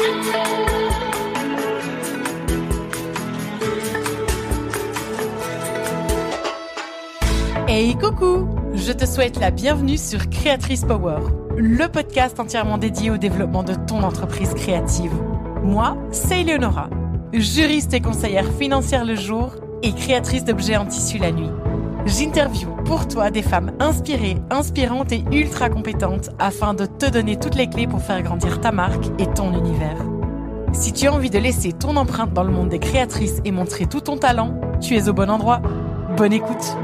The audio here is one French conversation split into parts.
Hey coucou! Je te souhaite la bienvenue sur Créatrice Power, le podcast entièrement dédié au développement de ton entreprise créative. Moi, c'est Eleonora, juriste et conseillère financière le jour et créatrice d'objets en tissu la nuit. J'interviewe pour toi des femmes inspirées, inspirantes et ultra compétentes afin de te donner toutes les clés pour faire grandir ta marque et ton univers. Si tu as envie de laisser ton empreinte dans le monde des créatrices et montrer tout ton talent, tu es au bon endroit. Bonne écoute!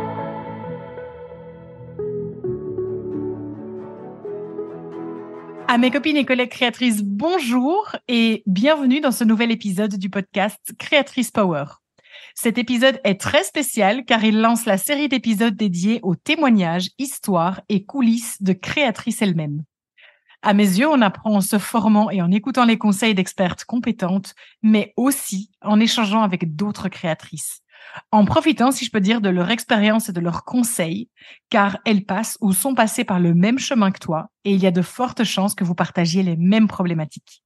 À mes copines et collègues créatrices, bonjour et bienvenue dans ce nouvel épisode du podcast Créatrice Power. Cet épisode est très spécial car il lance la série d'épisodes dédiés aux témoignages, histoires et coulisses de créatrices elles-mêmes. À mes yeux, on apprend en se formant et en écoutant les conseils d'expertes compétentes, mais aussi en échangeant avec d'autres créatrices. En profitant, si je peux dire, de leur expérience et de leurs conseils, car elles passent ou sont passées par le même chemin que toi et il y a de fortes chances que vous partagiez les mêmes problématiques.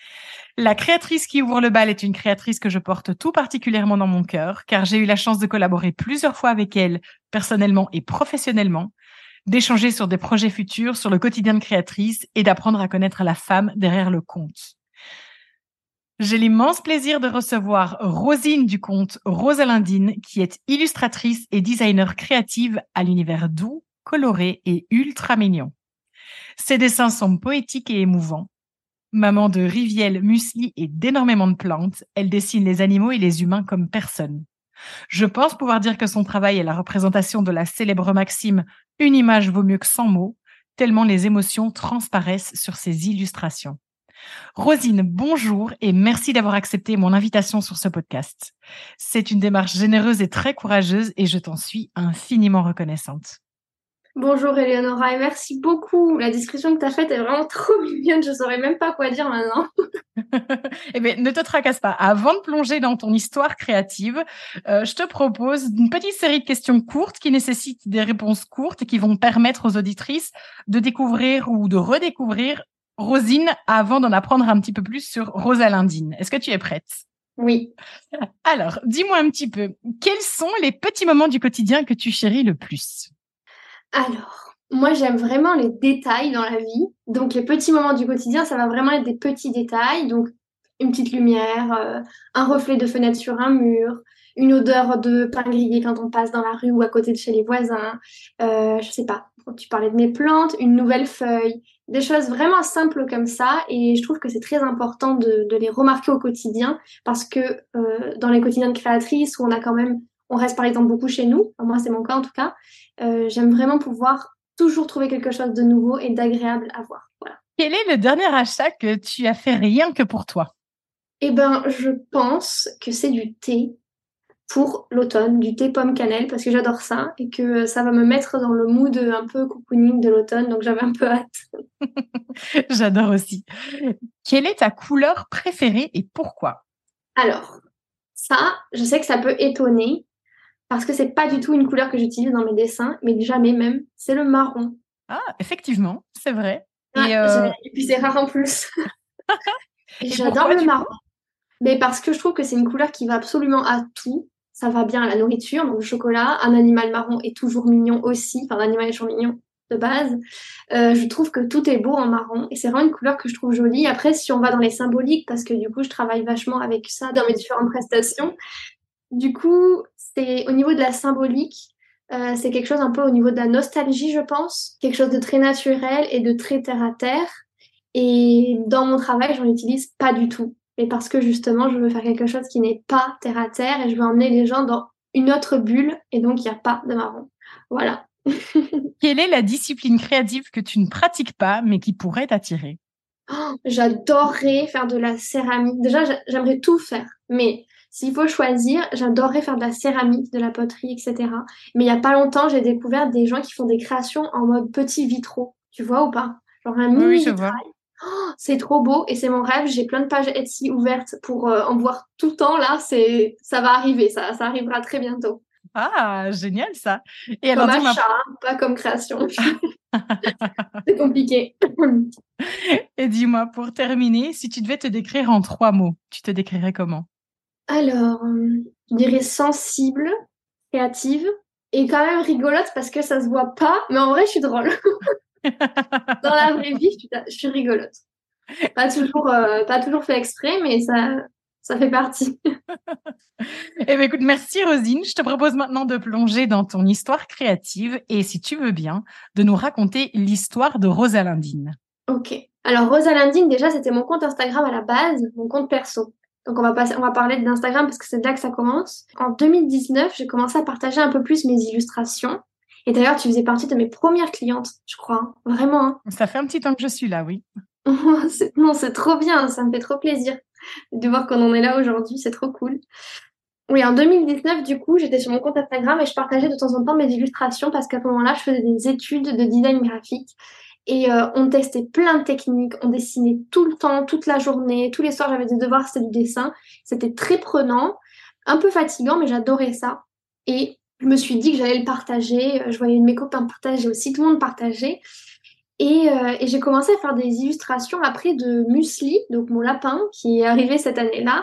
La créatrice qui ouvre le bal est une créatrice que je porte tout particulièrement dans mon cœur, car j'ai eu la chance de collaborer plusieurs fois avec elle, personnellement et professionnellement, d'échanger sur des projets futurs, sur le quotidien de créatrice et d'apprendre à connaître la femme derrière le compte. J'ai l'immense plaisir de recevoir Rosine du compte Rosalindine, qui est illustratrice et designer créative à l'univers doux, coloré et ultra mignon. Ses dessins sont poétiques et émouvants. Maman de rivières, muesli et d'énormément de plantes, elle dessine les animaux et les humains comme personne. Je pense pouvoir dire que son travail est la représentation de la célèbre maxime « Une image vaut mieux que 100 mots », tellement les émotions transparaissent sur ses illustrations. Rosine, bonjour et merci d'avoir accepté mon invitation sur ce podcast. C'est une démarche généreuse et très courageuse et je t'en suis infiniment reconnaissante. Bonjour Eleonora et merci beaucoup. La description que tu as faite est vraiment trop mignonne. Je ne saurais même pas quoi dire maintenant. Eh bien, ne te tracasse pas. Avant de plonger dans ton histoire créative, je te propose une petite série de questions courtes qui nécessitent des réponses courtes et qui vont permettre aux auditrices de découvrir ou de redécouvrir Rosine avant d'en apprendre un petit peu plus sur Rosalindine. Est-ce que tu es prête? Oui. Alors, dis-moi un petit peu, quels sont les petits moments du quotidien que tu chéris le plus? Alors, moi j'aime vraiment les détails dans la vie. Donc les petits moments du quotidien, ça va vraiment être des petits détails. Donc une petite lumière, un reflet de fenêtre sur un mur, une odeur de pain grillé quand on passe dans la rue ou à côté de chez les voisins. Je sais pas, tu parlais de mes plantes, une nouvelle feuille, des choses vraiment simples comme ça. Et je trouve que c'est très important de les remarquer au quotidien parce que dans les quotidiens de créatrices où on reste par exemple beaucoup chez nous, enfin, moi c'est mon cas en tout cas, j'aime vraiment pouvoir toujours trouver quelque chose de nouveau et d'agréable à voir. Voilà. Quel est le dernier achat que tu as fait rien que pour toi? Eh ben, je pense que c'est du thé pour l'automne, du thé pomme cannelle, parce que j'adore ça et que ça va me mettre dans le mood un peu cocooning de l'automne, donc j'avais un peu hâte. J'adore aussi. Quelle est ta couleur préférée et pourquoi? Alors, ça, je sais que ça peut étonner, parce que c'est pas du tout une couleur que j'utilise dans mes dessins, mais jamais même, c'est le marron. Ah, effectivement, c'est vrai. Ouais, et puis c'est rare en plus. Et Et j'adore pourquoi, le du marron. coup? Mais parce que je trouve que c'est une couleur qui va absolument à tout. Ça va bien à la nourriture, donc le chocolat. Un animal marron est toujours mignon aussi. Enfin, l'animal est toujours mignon de base. Je trouve que tout est beau en marron et c'est vraiment une couleur que je trouve jolie. Après, si on va dans les symboliques, parce que du coup, je travaille vachement avec ça dans mes différentes prestations. Du coup, c'est au niveau de la symbolique, c'est quelque chose un peu au niveau de la nostalgie, je pense. Quelque chose de très naturel et de très terre à terre. Et dans mon travail, j'en utilise pas du tout. Et parce que justement, je veux faire quelque chose qui n'est pas terre à terre et je veux emmener les gens dans une autre bulle et donc il n'y a pas de marron. Voilà. Quelle est la discipline créative que tu ne pratiques pas, mais qui pourrait t'attirer? Oh, j'adorerais faire de la céramique. Déjà, j'aimerais tout faire. Mais s'il faut choisir, j'adorerais faire de la céramique, de la poterie, etc. Mais il n'y a pas longtemps, j'ai découvert des gens qui font des créations en mode petits vitraux. Tu vois ou pas? Genre un Oui, oui, mini je vitrail. vois. Oh, c'est trop beau et c'est mon rêve. J'ai plein de pages Etsy ouvertes pour en voir tout le temps. Là, ça va arriver. Ça arrivera très bientôt. Ah, génial ça. Et alors, Comme dis-moi, achat, hein, pas comme création. C'est compliqué. Et dis-moi, pour terminer, si tu devais te décrire en 3 mots, tu te décrirais comment? Alors, je dirais sensible, créative et quand même rigolote parce que ça se voit pas, mais en vrai, je suis drôle. Dans la vraie vie, je suis rigolote. Pas toujours fait exprès, mais ça fait partie. Eh bien, écoute, merci Rosine. Je te propose maintenant de plonger dans ton histoire créative et, si tu veux bien, de nous raconter l'histoire de Rosalindine. Ok. Alors, Rosalindine, déjà, c'était mon compte Instagram à la base, mon compte perso. Donc, on va parler d'Instagram parce que c'est là que ça commence. En 2019, j'ai commencé à partager un peu plus mes illustrations. Et d'ailleurs, tu faisais partie de mes premières clientes, je crois, hein. Vraiment, hein. Ça fait un petit temps que je suis là, oui. Non, c'est trop bien, ça me fait trop plaisir de voir qu'on en est là aujourd'hui, c'est trop cool. Oui, en 2019, du coup, j'étais sur mon compte Instagram et je partageais de temps en temps mes illustrations parce qu'à ce moment-là, je faisais des études de design graphique et on testait plein de techniques, on dessinait tout le temps, toute la journée, tous les soirs, j'avais des devoirs, c'était du dessin. C'était très prenant, un peu fatigant, mais j'adorais ça. Et je me suis dit que j'allais le partager. Je voyais mes copains partager aussi, tout le monde partageait. Et j'ai commencé à faire des illustrations après de Muesli, donc mon lapin, qui est arrivé cette année-là.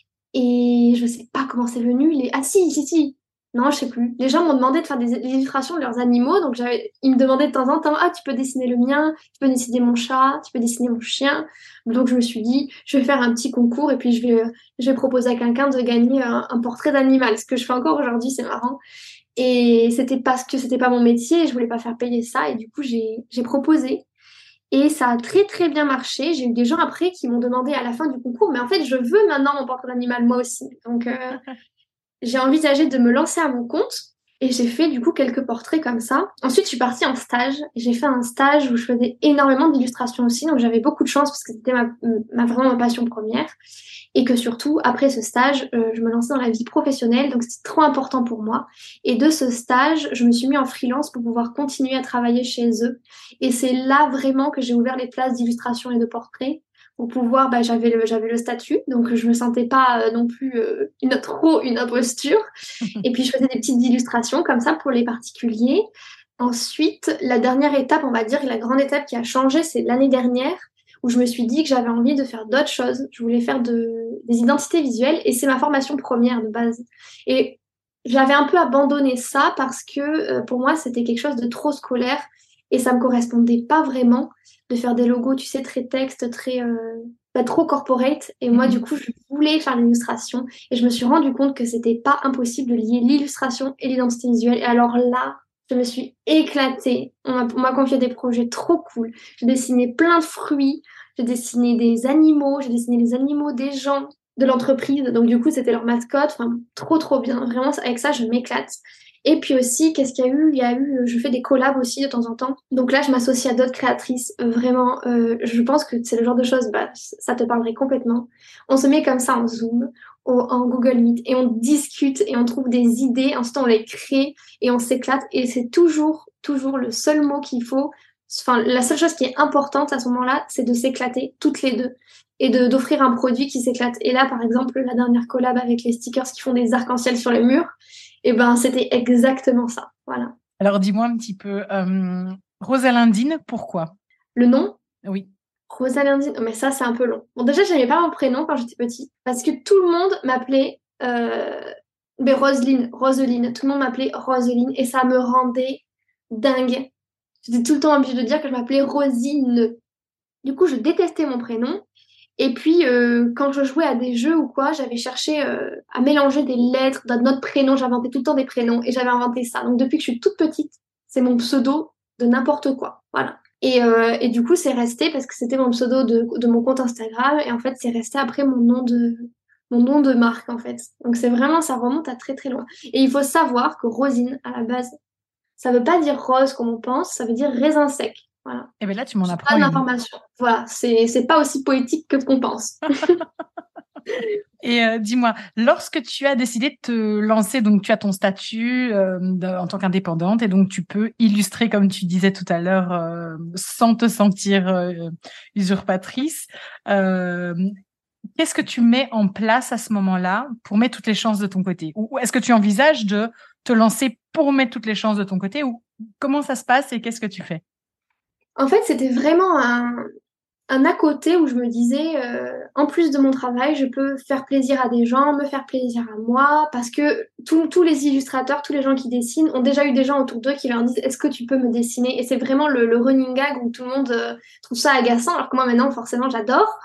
Et je sais pas comment c'est venu. Ah si. Non, je sais plus. Les gens m'ont demandé de faire des illustrations de leurs animaux. Donc ils me demandaient de temps en temps, ah, tu peux dessiner le mien, tu peux dessiner mon chat, tu peux dessiner mon chien. Donc je me suis dit, je vais faire un petit concours et puis je vais proposer à quelqu'un de gagner un portrait d'animal. Ce que je fais encore aujourd'hui, c'est marrant. Et c'était parce que c'était pas mon métier et je voulais pas faire payer ça. Et du coup, j'ai proposé. Et ça a très très bien marché. J'ai eu des gens après qui m'ont demandé à la fin du concours, mais en fait, je veux maintenant mon portrait d'animal moi aussi. Donc, j'ai envisagé de me lancer à mon compte et j'ai fait du coup quelques portraits comme ça. Ensuite, je suis partie en stage. J'ai fait un stage où je faisais énormément d'illustrations aussi, donc j'avais beaucoup de chance parce que c'était vraiment ma passion première. Et que surtout, après ce stage, je me lançais dans la vie professionnelle, donc c'était trop important pour moi. Et de ce stage, je me suis mis en freelance pour pouvoir continuer à travailler chez eux. Et c'est là vraiment que j'ai ouvert les places d'illustration et de portrait pour pouvoir, j'avais le statut, donc je me sentais pas non plus trop une imposture. Et puis je faisais des petites illustrations comme ça pour les particuliers. Ensuite, la dernière étape, on va dire, la grande étape qui a changé, c'est l'année dernière où je me suis dit que j'avais envie de faire d'autres choses. Je voulais faire des identités visuelles et c'est ma formation première de base. Et j'avais un peu abandonné ça parce que pour moi, c'était quelque chose de trop scolaire et ça me correspondait pas vraiment de faire des logos, tu sais, très texte, trop corporate. Et moi, du coup, je voulais faire l'illustration et je me suis rendu compte que c'était pas impossible de lier l'illustration et l'identité visuelle. Et alors là, je me suis éclatée. On m'a confié des projets trop cool. J'ai dessiné plein de fruits, j'ai dessiné des animaux, j'ai dessiné les animaux des gens de l'entreprise. Donc du coup, c'était leur mascotte. Enfin, trop, trop bien. Vraiment, avec ça, je m'éclate. Et puis aussi, qu'est-ce qu'il y a eu? Je fais des collabs aussi de temps en temps. Donc là, je m'associe à d'autres créatrices. Vraiment, je pense que c'est le genre de choses, ça te parlerait complètement. On se met comme ça en Zoom, en Google Meet, et on discute et on trouve des idées. Ensuite, on les crée et on s'éclate. Et c'est toujours, toujours le seul mot qu'il faut. Enfin, la seule chose qui est importante à ce moment-là, c'est de s'éclater toutes les deux et d'offrir un produit qui s'éclate. Et là, par exemple, la dernière collab avec les stickers qui font des arcs-en-ciel sur les murs, et ben c'était exactement ça. Voilà. Alors, dis-moi un petit peu, Rosalindine, pourquoi? Le nom? Oui. Rosalindine. Oh, mais ça, c'est un peu long. Bon, déjà, j'aimais pas mon prénom quand j'étais petite parce que tout le monde m'appelait Roseline. Tout le monde m'appelait Roseline et ça me rendait dingue. J'étais tout le temps obligée de dire que je m'appelais Rosine. Du coup, je détestais mon prénom. Et puis, quand je jouais à des jeux ou quoi, j'avais cherché à mélanger des lettres d'un autre prénom. J'inventais tout le temps des prénoms et j'avais inventé ça. Donc, depuis que je suis toute petite, c'est mon pseudo de n'importe quoi. Voilà. Et du coup, c'est resté parce que c'était mon pseudo de mon compte Instagram. Et en fait, c'est resté après mon nom de marque, en fait. Donc, c'est vraiment, ça remonte à très, très loin. Et il faut savoir que Rosine, à la base, ça veut pas dire rose comme on pense, ça veut dire raisin sec. Voilà. Eh bien là, tu m'en apprends Pas une. d'information. Voilà, c'est pas aussi poétique que ce qu'on pense. Et dis-moi, lorsque tu as décidé de te lancer, donc tu as ton statut en tant qu'indépendante et donc tu peux illustrer, comme tu disais tout à l'heure, sans te sentir usurpatrice. Qu'est-ce que tu mets en place à ce moment-là pour mettre toutes les chances de ton côté? Ou est-ce que tu envisages de te lancer pour mettre toutes les chances de ton côté? Ou comment ça se passe et qu'est-ce que tu fais? En fait, c'était vraiment un à côté où je me disais, en plus de mon travail, je peux faire plaisir à des gens, me faire plaisir à moi, parce que tous les illustrateurs, tous les gens qui dessinent ont déjà eu des gens autour d'eux qui leur disent, est-ce que tu peux me dessiner? Et c'est vraiment le running gag où tout le monde trouve ça agaçant, alors que moi maintenant, forcément, j'adore.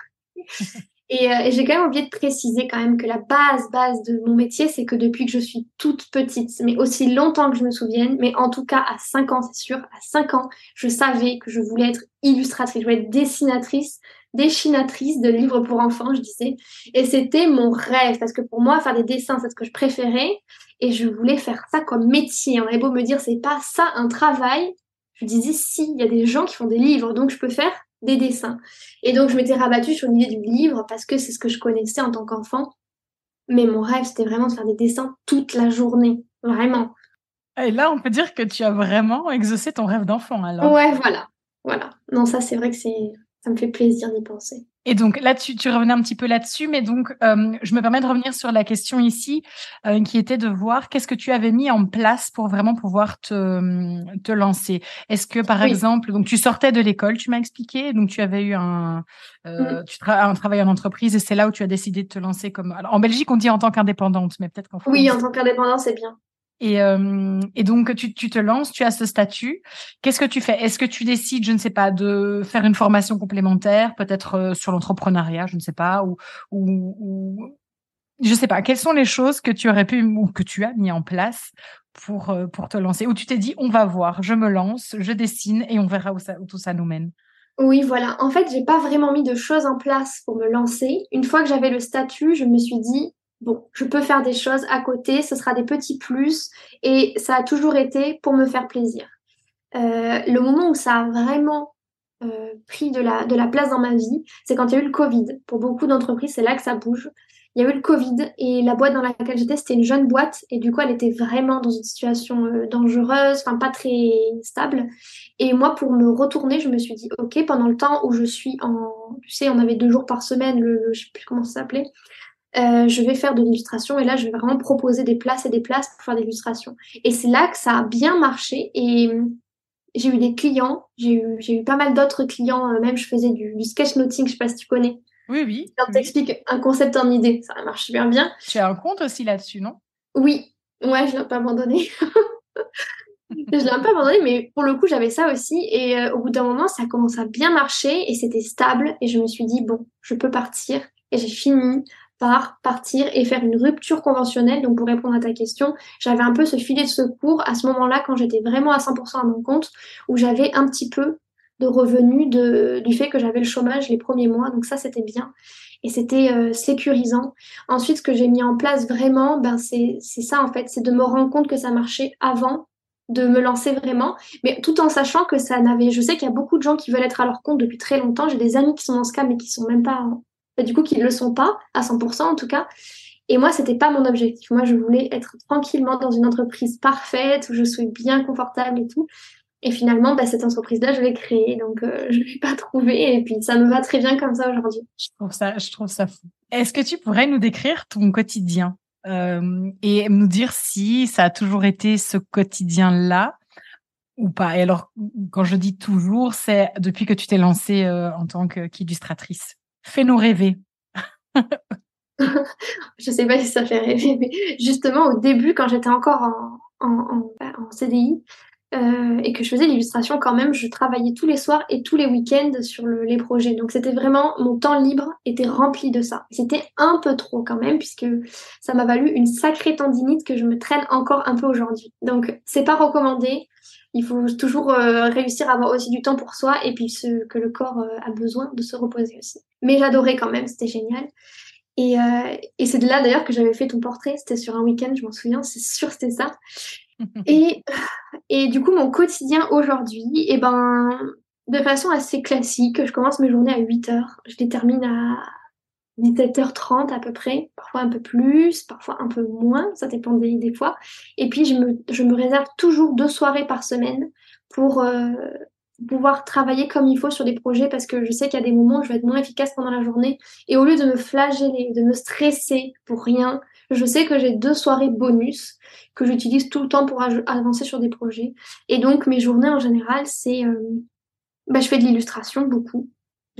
Et j'ai quand même oublié de préciser quand même que la base de mon métier, c'est que depuis que je suis toute petite, mais aussi longtemps que je me souvienne, mais en tout cas à 5 ans, c'est sûr, à 5 ans, je savais que je voulais être illustratrice, je voulais être dessinatrice de livres pour enfants, je disais. Et c'était mon rêve, parce que pour moi, faire des dessins, c'est ce que je préférais, et je voulais faire ça comme métier. On avait beau me dire, c'est pas ça un travail, je disais, si, il y a des gens qui font des livres, donc je peux faire des dessins. Et donc, je m'étais rabattue sur l'idée du livre parce que c'est ce que je connaissais en tant qu'enfant. Mais mon rêve, c'était vraiment de faire des dessins toute la journée. Vraiment. Et là, on peut dire que tu as vraiment exaucé ton rêve d'enfant, alors. Ouais, voilà. Voilà. Non, ça, c'est vrai que ça me fait plaisir d'y penser. Et donc là, tu revenais un petit peu là-dessus, mais donc je me permets de revenir sur la question ici, qui était de voir qu'est-ce que tu avais mis en place pour vraiment pouvoir te lancer. Est-ce que, par Oui. exemple, donc tu sortais de l'école, tu m'as expliqué, donc tu avais eu un travail en entreprise et c'est là où tu as décidé de te lancer comme. Alors, en Belgique, on dit en tant qu'indépendante, mais peut-être qu'en Oui, France. en tant qu'indépendant, c'est bien. Et donc, tu te lances, tu as ce statut. Qu'est-ce que tu fais? Est-ce que tu décides, je ne sais pas, de faire une formation complémentaire, peut-être sur l'entrepreneuriat, je ne sais pas, ou je sais pas. Quelles sont les choses que tu aurais pu ou que tu as mis en place pour te lancer? Ou tu t'es dit, on va voir, je me lance, je dessine et on verra où tout ça nous mène. Oui, voilà. En fait, j'ai pas vraiment mis de choses en place pour me lancer. Une fois que j'avais le statut, je me suis dit, bon, je peux faire des choses à côté, ce sera des petits plus, et ça a toujours été pour me faire plaisir. Le moment où ça a vraiment pris de la place dans ma vie, c'est quand il y a eu le Covid. Pour beaucoup d'entreprises, c'est là que ça bouge. Il y a eu le Covid et la boîte dans laquelle j'étais, c'était une jeune boîte et du coup, elle était vraiment dans une situation dangereuse, enfin pas très stable. Et moi, pour me retourner, je me suis dit, ok, pendant le temps où je suis tu sais, on avait 2 jours par semaine, je sais plus comment ça s'appelait, je vais faire de l'illustration et là, je vais vraiment proposer des places et des places pour faire de l'illustration. Et c'est là que ça a bien marché et j'ai eu des clients, j'ai eu pas mal d'autres clients, même je faisais du sketchnoting, je sais pas si tu connais. Oui, oui, Quand oui. t'expliques un concept en idée, ça marche super bien. Tu as un compte aussi là-dessus, non? Oui, ouais, je l'ai un peu abandonné. Je l'ai un peu abandonné, mais pour le coup, j'avais ça aussi. Et au bout d'un moment, ça commence à bien marcher et c'était stable. Et je me suis dit, bon, je peux partir. Et j'ai fini par partir et faire une rupture conventionnelle. Donc, pour répondre à ta question, j'avais un peu ce filet de secours à ce moment-là, quand j'étais vraiment à 100% à mon compte, où j'avais un petit peu de revenus du fait que j'avais le chômage les premiers mois. Donc, ça, c'était bien. Et c'était sécurisant. Ensuite, ce que j'ai mis en place vraiment, ben, c'est ça, en fait, c'est de me rendre compte que ça marchait avant de me lancer vraiment, mais tout en sachant que ça n'avait. Je sais qu'il y a beaucoup de gens qui veulent être à leur compte depuis très longtemps. J'ai des amis qui sont dans ce cas, mais qui sont même pas, du coup, qui ne le sont pas à 100% en tout cas. Et moi, c'était pas mon objectif. Moi, je voulais être tranquillement dans une entreprise parfaite où je suis bien confortable et tout. Et finalement, bah, cette entreprise-là, je l'ai créée, donc je l'ai pas trouvée. Et puis, ça me va très bien comme ça aujourd'hui. Je trouve ça fou. Est-ce que tu pourrais nous décrire ton quotidien et nous dire si ça a toujours été ce quotidien-là ou pas? Et alors, quand je dis toujours, c'est depuis que tu t'es lancée en tant qu'illustratrice. Fais-nous rêver. Je sais pas si ça fait rêver, mais justement, au début, quand j'étais encore en CDI, et que je faisais l'illustration quand même, je travaillais tous les soirs et tous les week-ends sur les projets. Donc c'était vraiment, mon temps libre était rempli de ça. C'était un peu trop quand même, puisque ça m'a valu une sacrée tendinite que je me traîne encore un peu aujourd'hui. Donc c'est pas recommandé. Il faut toujours réussir à avoir aussi du temps pour soi et puis ce que le corps a besoin de se reposer aussi. Mais j'adorais quand même, c'était génial. Et c'est de là d'ailleurs que j'avais fait ton portrait, c'était sur un week-end, je m'en souviens, c'est sûr c'était ça. Et et du coup, mon quotidien aujourd'hui, eh ben, de façon assez classique, je commence mes journées à 8 heures, je les termine à 17h30 à peu près, parfois un peu plus, parfois un peu moins, ça dépend des fois. Et puis, je me réserve toujours 2 soirées par semaine pour pouvoir travailler comme il faut sur des projets parce que je sais qu'il y a des moments où je vais être moins efficace pendant la journée. Et au lieu de me flageller, de me stresser pour rien, je sais que j'ai 2 soirées bonus que j'utilise tout le temps pour avancer sur des projets. Et donc, mes journées en général, c'est... bah, je fais de l'illustration beaucoup.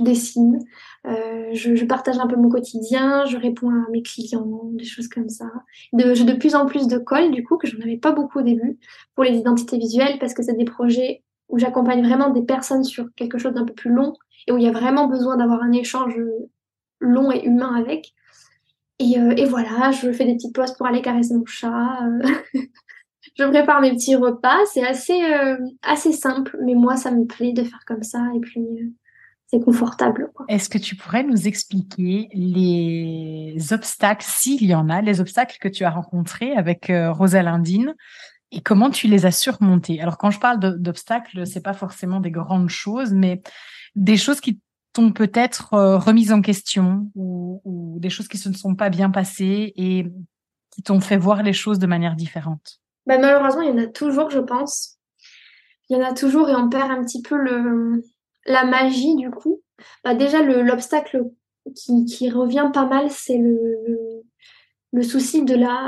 je dessine, je partage un peu mon quotidien, je réponds à mes clients, des choses comme ça. J'ai de plus en plus de calls, du coup, que j'en avais pas beaucoup au début, pour les identités visuelles, parce que c'est des projets où j'accompagne vraiment des personnes sur quelque chose d'un peu plus long, et où il y a vraiment besoin d'avoir un échange long et humain avec. Et voilà, je fais des petites pauses pour aller caresser mon chat. Je prépare mes petits repas. C'est assez simple, mais moi, ça me plaît de faire comme ça. Et puis, c'est confortable, quoi. Est-ce que tu pourrais nous expliquer les obstacles, s'il y en a, les obstacles que tu as rencontrés avec Rosalindine et comment tu les as surmontés? Alors, quand je parle d'obstacles, c'est pas forcément des grandes choses, mais des choses qui t'ont peut-être remises en question ou des choses qui se ne sont pas bien passées et qui t'ont fait voir les choses de manière différente. Bah, malheureusement, il y en a toujours, je pense. Il y en a toujours et on perd un petit peu la magie, du coup. Bah, déjà, l'obstacle qui revient pas mal, c'est le souci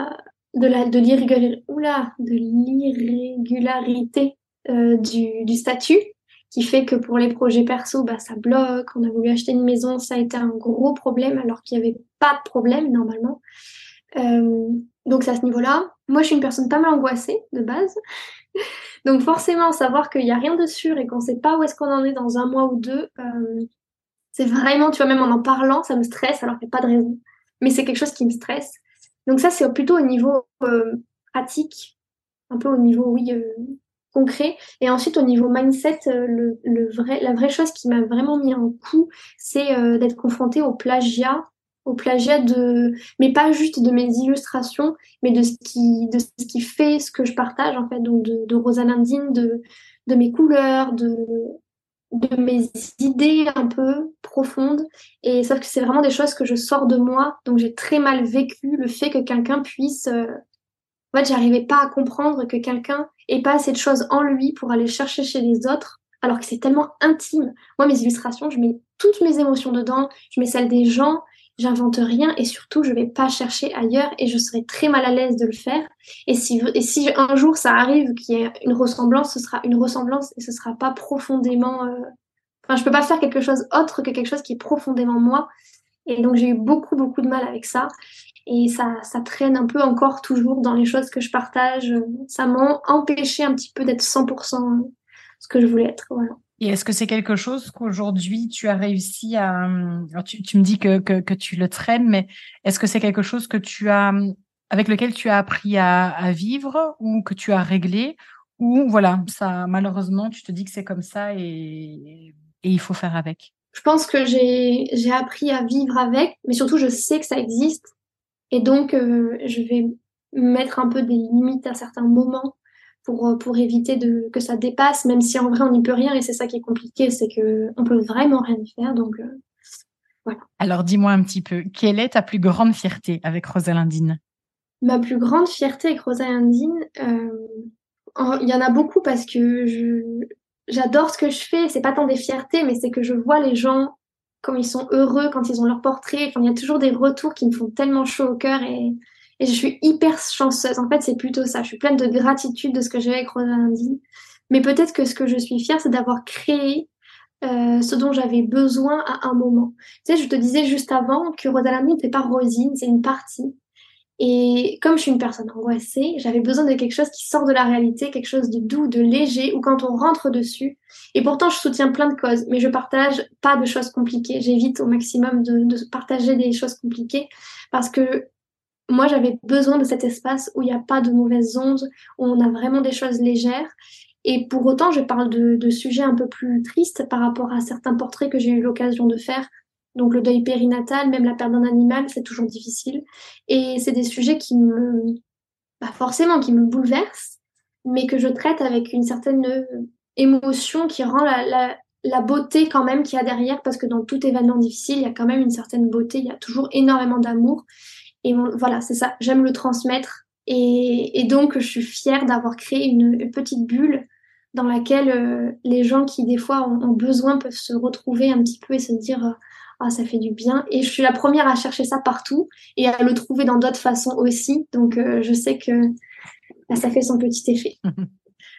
de l'irrégularité du statut, qui fait que pour les projets perso, bah, ça bloque. On a voulu acheter une maison, ça a été un gros problème, alors qu'il n'y avait pas de problème normalement. Euh, donc c'est à ce niveau-là. Moi, je suis une personne pas mal angoissée de base. Donc forcément, savoir qu'il n'y a rien de sûr et qu'on ne sait pas où est-ce qu'on en est dans un mois ou deux, c'est vraiment, tu vois, même en parlant, ça me stresse alors qu'il n'y a pas de raison. Mais c'est quelque chose qui me stresse. Donc ça, c'est plutôt au niveau pratique, un peu au niveau, oui, concret. Et ensuite, au niveau mindset, la vraie chose qui m'a vraiment mis un coup, c'est d'être confrontée au plagiat mais pas juste de mes illustrations, mais de ce qui fait ce que je partage, en fait, donc de Rosalindine, de mes couleurs, de mes idées un peu profondes. Et sauf que c'est vraiment des choses que je sors de moi, donc j'ai très mal vécu le fait que quelqu'un puisse en fait, j'arrivais pas à comprendre que quelqu'un ait pas assez de choses en lui pour aller chercher chez les autres, alors que c'est tellement intime. Moi, mes illustrations, je mets toutes mes émotions dedans, je mets celles des gens, j'invente rien et surtout, je vais pas chercher ailleurs et je serai très mal à l'aise de le faire. Et si un jour ça arrive qu'il y ait une ressemblance, ce sera une ressemblance et ce sera pas profondément. Enfin, je peux pas faire quelque chose autre que quelque chose qui est profondément moi. Et donc, j'ai eu beaucoup, beaucoup de mal avec ça. Et ça traîne un peu encore toujours dans les choses que je partage. Ça m'a empêché un petit peu d'être 100% ce que je voulais être. Voilà. Et est-ce que c'est quelque chose qu'aujourd'hui tu as réussi à... alors tu me dis que tu le traînes, mais est-ce que c'est quelque chose que tu as, avec lequel tu as appris à vivre ou que tu as réglé ou voilà, ça, malheureusement, tu te dis que c'est comme ça et il faut faire avec. Je pense que j'ai appris à vivre avec, mais surtout, je sais que ça existe. Et donc, je vais mettre un peu des limites à certains moments pour éviter que ça dépasse, même si en vrai, on n'y peut rien. Et c'est ça qui est compliqué, c'est qu'on peut vraiment rien y faire. Donc, voilà. Alors dis-moi un petit peu, quelle est ta plus grande fierté avec Rosalindine? Ma plus grande fierté avec Rosalindine, il y en a beaucoup parce que j'adore ce que je fais. C'est pas tant des fiertés, mais c'est que je vois les gens comme ils sont heureux quand ils ont leur portrait. Enfin, il y a toujours des retours qui me font tellement chaud au cœur et je suis hyper chanceuse. En fait, c'est plutôt ça. Je suis pleine de gratitude de ce que j'ai avec Rosalindine. Mais peut-être que ce que je suis fière, c'est d'avoir créé ce dont j'avais besoin à un moment. Tu sais, je te disais juste avant que Rosalindine, c'est pas Rosine, c'est une partie. Et comme je suis une personne angoissée, j'avais besoin de quelque chose qui sort de la réalité, quelque chose de doux, de léger, ou quand on rentre dessus. Et pourtant, je soutiens plein de causes, mais je partage pas de choses compliquées. J'évite au maximum de partager des choses compliquées parce que moi, j'avais besoin de cet espace où il n'y a pas de mauvaises ondes, où on a vraiment des choses légères. Et pour autant, je parle de sujets un peu plus tristes par rapport à certains portraits que j'ai eu l'occasion de faire. Donc le deuil périnatal, même la perte d'un animal, c'est toujours difficile. Et c'est des sujets pas forcément, qui me bouleversent, mais que je traite avec une certaine émotion qui rend la beauté quand même qu'il y a derrière, parce que dans tout événement difficile, il y a quand même une certaine beauté, il y a toujours énormément d'amour. Et voilà, c'est ça, j'aime le transmettre. Et donc, je suis fière d'avoir créé une petite bulle dans laquelle les gens qui, des fois, ont besoin peuvent se retrouver un petit peu et se dire ah, ça fait du bien. Et je suis la première à chercher ça partout et à le trouver dans d'autres façons aussi. Donc, je sais que bah, ça fait son petit effet.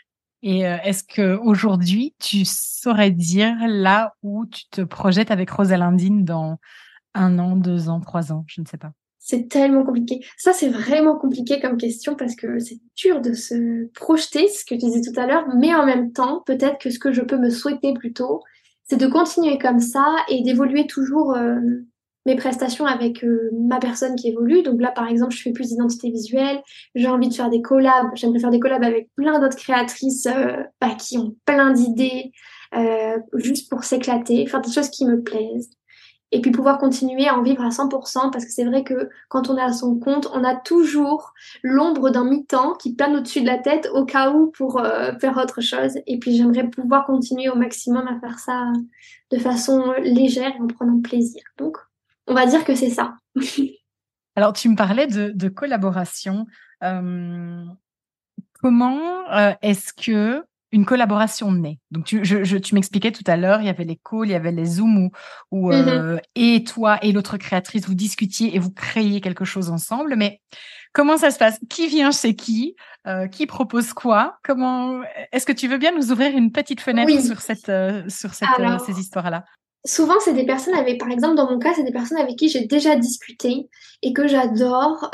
Et est-ce qu'aujourd'hui, tu saurais dire là où tu te projettes avec Rosalindine dans 1 an, 2 ans, 3 ans? Je ne sais pas. C'est tellement compliqué. Ça, c'est vraiment compliqué comme question parce que c'est dur de se projeter, ce que tu disais tout à l'heure, mais en même temps, peut-être que ce que je peux me souhaiter plutôt, c'est de continuer comme ça et d'évoluer toujours mes prestations avec ma personne qui évolue. Donc là, par exemple, je fais plus d'identité visuelle, j'ai envie de faire des collabs, j'aimerais faire des collabs avec plein d'autres créatrices qui ont plein d'idées, juste pour s'éclater, faire des choses qui me plaisent et puis pouvoir continuer à en vivre à 100% parce que c'est vrai que quand on est à son compte, on a toujours l'ombre d'un mi-temps qui plane au-dessus de la tête au cas où pour faire autre chose. Et puis j'aimerais pouvoir continuer au maximum à faire ça de façon légère et en prenant plaisir. Donc, on va dire que c'est ça. Alors, tu me parlais de collaboration. Comment est-ce que une collaboration naît? Donc, tu m'expliquais tout à l'heure, il y avait les calls, il y avait les Zooms où Mhm. et toi et l'autre créatrice, vous discutiez et vous créiez quelque chose ensemble. Mais comment ça se passe? Qui vient chez qui? Qui propose quoi? Comment est-ce que tu veux bien nous ouvrir une petite fenêtre Oui. sur ces Alors, histoires-là? souvent, c'est des personnes avec, par exemple, dans mon cas, c'est des personnes avec qui j'ai déjà discuté et que j'adore.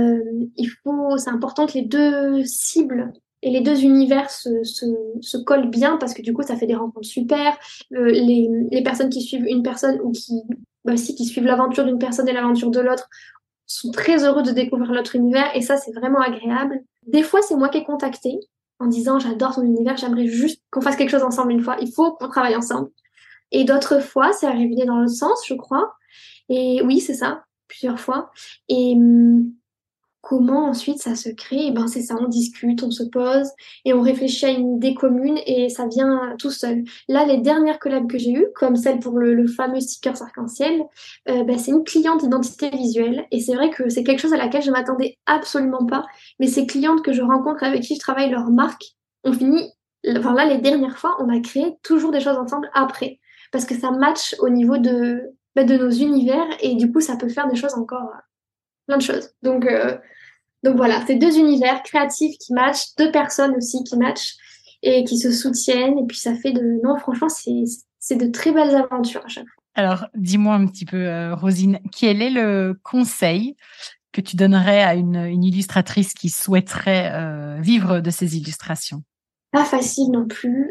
C'est important que les deux cibles et les deux univers se collent bien parce que du coup, ça fait des rencontres super. Les personnes qui suivent une personne ou qui suivent l'aventure d'une personne et l'aventure de l'autre sont très heureux de découvrir l'autre univers et ça, c'est vraiment agréable. Des fois, c'est moi qui ai contacté en disant j'adore ton univers, j'aimerais juste qu'on fasse quelque chose ensemble une fois. Il faut qu'on travaille ensemble. Et d'autres fois, c'est arrivé dans l'autre sens, je crois. Et oui, c'est ça, plusieurs fois. Et comment ensuite ça se crée? Eh ben, c'est ça, on discute, on se pose et on réfléchit à une idée commune et ça vient tout seul. Là, les dernières collabs que j'ai eues, comme celle pour le fameux sticker arc-en-ciel, c'est une cliente d'identité visuelle et c'est vrai que c'est quelque chose à laquelle je m'attendais absolument pas. Mais ces clientes que je rencontre avec qui je travaille leur marque, on finit, enfin là, les dernières fois, on a créé toujours des choses ensemble après parce que ça match au niveau de nos univers et du coup, ça peut faire des choses encore, plein de choses. Donc voilà, c'est deux univers créatifs qui matchent, deux personnes aussi qui matchent et qui se soutiennent. Et puis ça fait de... Non, franchement, c'est de très belles aventures à chaque fois. Alors, dis-moi un petit peu, Rosine, quel est le conseil que tu donnerais à une illustratrice qui souhaiterait vivre de ses illustrations? Pas facile non plus.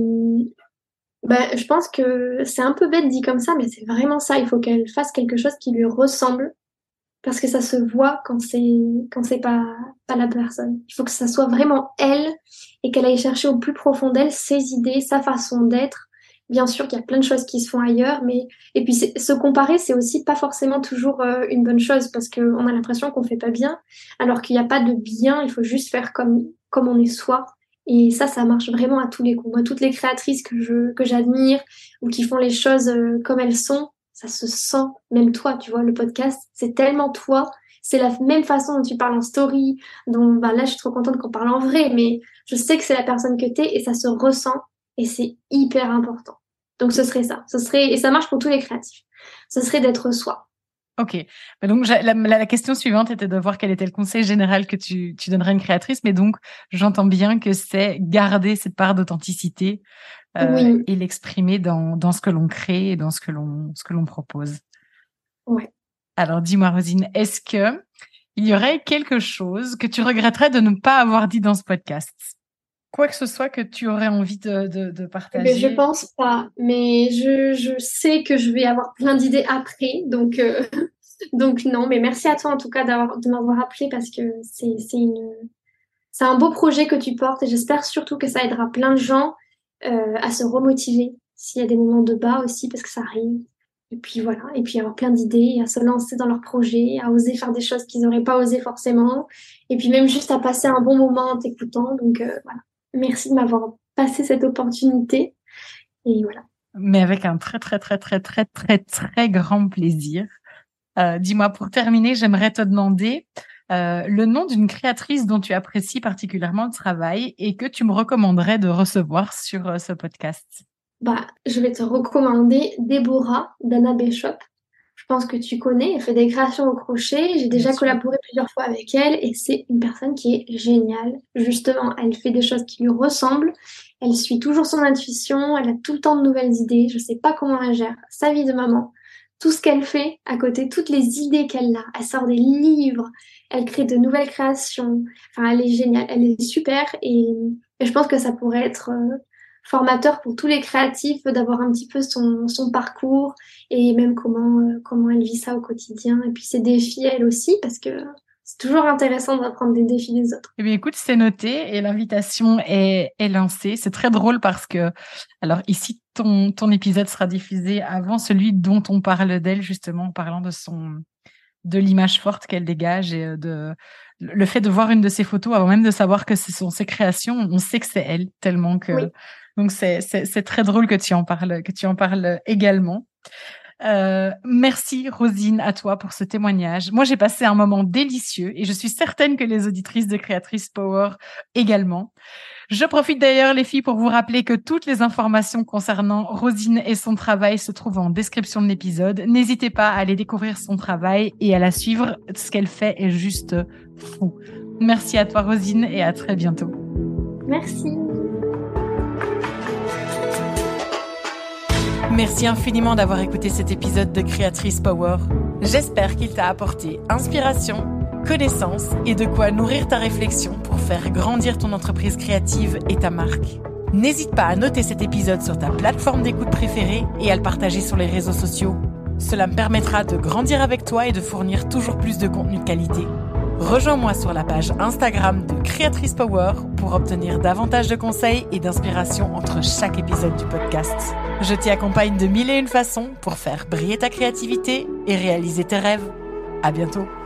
Je pense que c'est un peu bête dit comme ça, mais c'est vraiment ça. Il faut qu'elle fasse quelque chose qui lui ressemble parce que ça se voit quand c'est pas la personne. Il faut que ça soit vraiment elle et qu'elle aille chercher au plus profond d'elle ses idées, sa façon d'être. Bien sûr qu'il y a plein de choses qui se font ailleurs, mais et puis se comparer, c'est aussi pas forcément toujours une bonne chose parce qu'on a l'impression qu'on fait pas bien, alors qu'il n'y a pas de bien. Il faut juste faire comme on est soi. Et ça marche vraiment à tous les coups. Moi, toutes les créatrices que j'admire ou qui font les choses comme elles sont, ça se sent, même toi, tu vois, le podcast, c'est tellement toi, c'est la même façon dont tu parles en story, dont là, je suis trop contente qu'on parle en vrai, mais je sais que c'est la personne que t'es et ça se ressent et c'est hyper important. Donc ce serait ça, et ça marche pour tous les créatifs, ce serait d'être soi. Ok. Donc, la question suivante était de voir quel était le conseil général que tu donnerais à une créatrice. Mais donc, j'entends bien que c'est garder cette part d'authenticité Oui, et l'exprimer dans ce que l'on crée et dans ce que l'on propose. ouais. Alors, dis-moi, Rosine, est-ce que il y aurait quelque chose que tu regretterais de ne pas avoir dit dans ce podcast? Quoi que ce soit que tu aurais envie de Mais je partager. pense pas, mais je sais que je vais avoir plein d'idées après, donc non, mais merci à toi en tout cas de m'avoir appelé parce que c'est un beau projet que tu portes et j'espère surtout que ça aidera plein de gens à se remotiver s'il y a des moments de bas aussi, parce que ça arrive. Et puis voilà, et puis avoir plein d'idées, et à se lancer dans leurs projets, à oser faire des choses qu'ils n'auraient pas osé forcément, et puis même juste à passer un bon moment en t'écoutant. Donc voilà, merci de m'avoir passé cette opportunité. Et voilà. Mais avec un très, très, très, très, très, très, très grand plaisir. Dis-moi, pour terminer, j'aimerais te demander le nom d'une créatrice dont tu apprécies particulièrement le travail et que tu me recommanderais de recevoir sur ce podcast. Je vais te recommander Déborah d'Anna Bishop. Je pense que tu connais, elle fait des créations au crochet. J'ai déjà collaboré plusieurs fois avec elle et c'est une personne qui est géniale. Justement, elle fait des choses qui lui ressemblent. Elle suit toujours son intuition. Elle a tout le temps de nouvelles idées. Je sais pas comment elle gère sa vie de maman. Tout ce qu'elle fait à côté, toutes les idées qu'elle a. Elle sort des livres. Elle crée de nouvelles créations. Enfin, elle est géniale. Elle est super et je pense que ça pourrait être formateur pour tous les créatifs d'avoir un petit peu son parcours et même comment elle vit ça au quotidien. Et puis ses défis, elle aussi, parce que c'est toujours intéressant d'apprendre des défis des autres. Eh bien, écoute, c'est noté et l'invitation est lancée. C'est très drôle parce que, alors ici, ton épisode sera diffusé avant celui dont on parle d'elle, justement, en parlant de l'image forte qu'elle dégage et le fait de voir une de ses photos avant même de savoir que ce sont ses créations, on sait que c'est elle, tellement que, Oui. Donc c'est très drôle que tu en parles également. Merci Rosine à toi pour ce témoignage. Moi, j'ai passé un moment délicieux et je suis certaine que les auditrices de Créatrice Power également. Je profite d'ailleurs, les filles, pour vous rappeler que toutes les informations concernant Rosine et son travail se trouvent en description de l'épisode. N'hésitez pas à aller découvrir son travail et à la suivre. Ce qu'elle fait est juste fou. Merci à toi, Rosine, et à très bientôt. Merci. Merci infiniment d'avoir écouté cet épisode de Créatrice Power. J'espère qu'il t'a apporté inspiration, connaissance et de quoi nourrir ta réflexion pour faire grandir ton entreprise créative et ta marque. N'hésite pas à noter cet épisode sur ta plateforme d'écoute préférée et à le partager sur les réseaux sociaux. Cela me permettra de grandir avec toi et de fournir toujours plus de contenu de qualité. Rejoins-moi sur la page Instagram de Créatrice Power pour obtenir davantage de conseils et d'inspiration entre chaque épisode du podcast. Je t'y accompagne de 1001 façons pour faire briller ta créativité et réaliser tes rêves. À bientôt.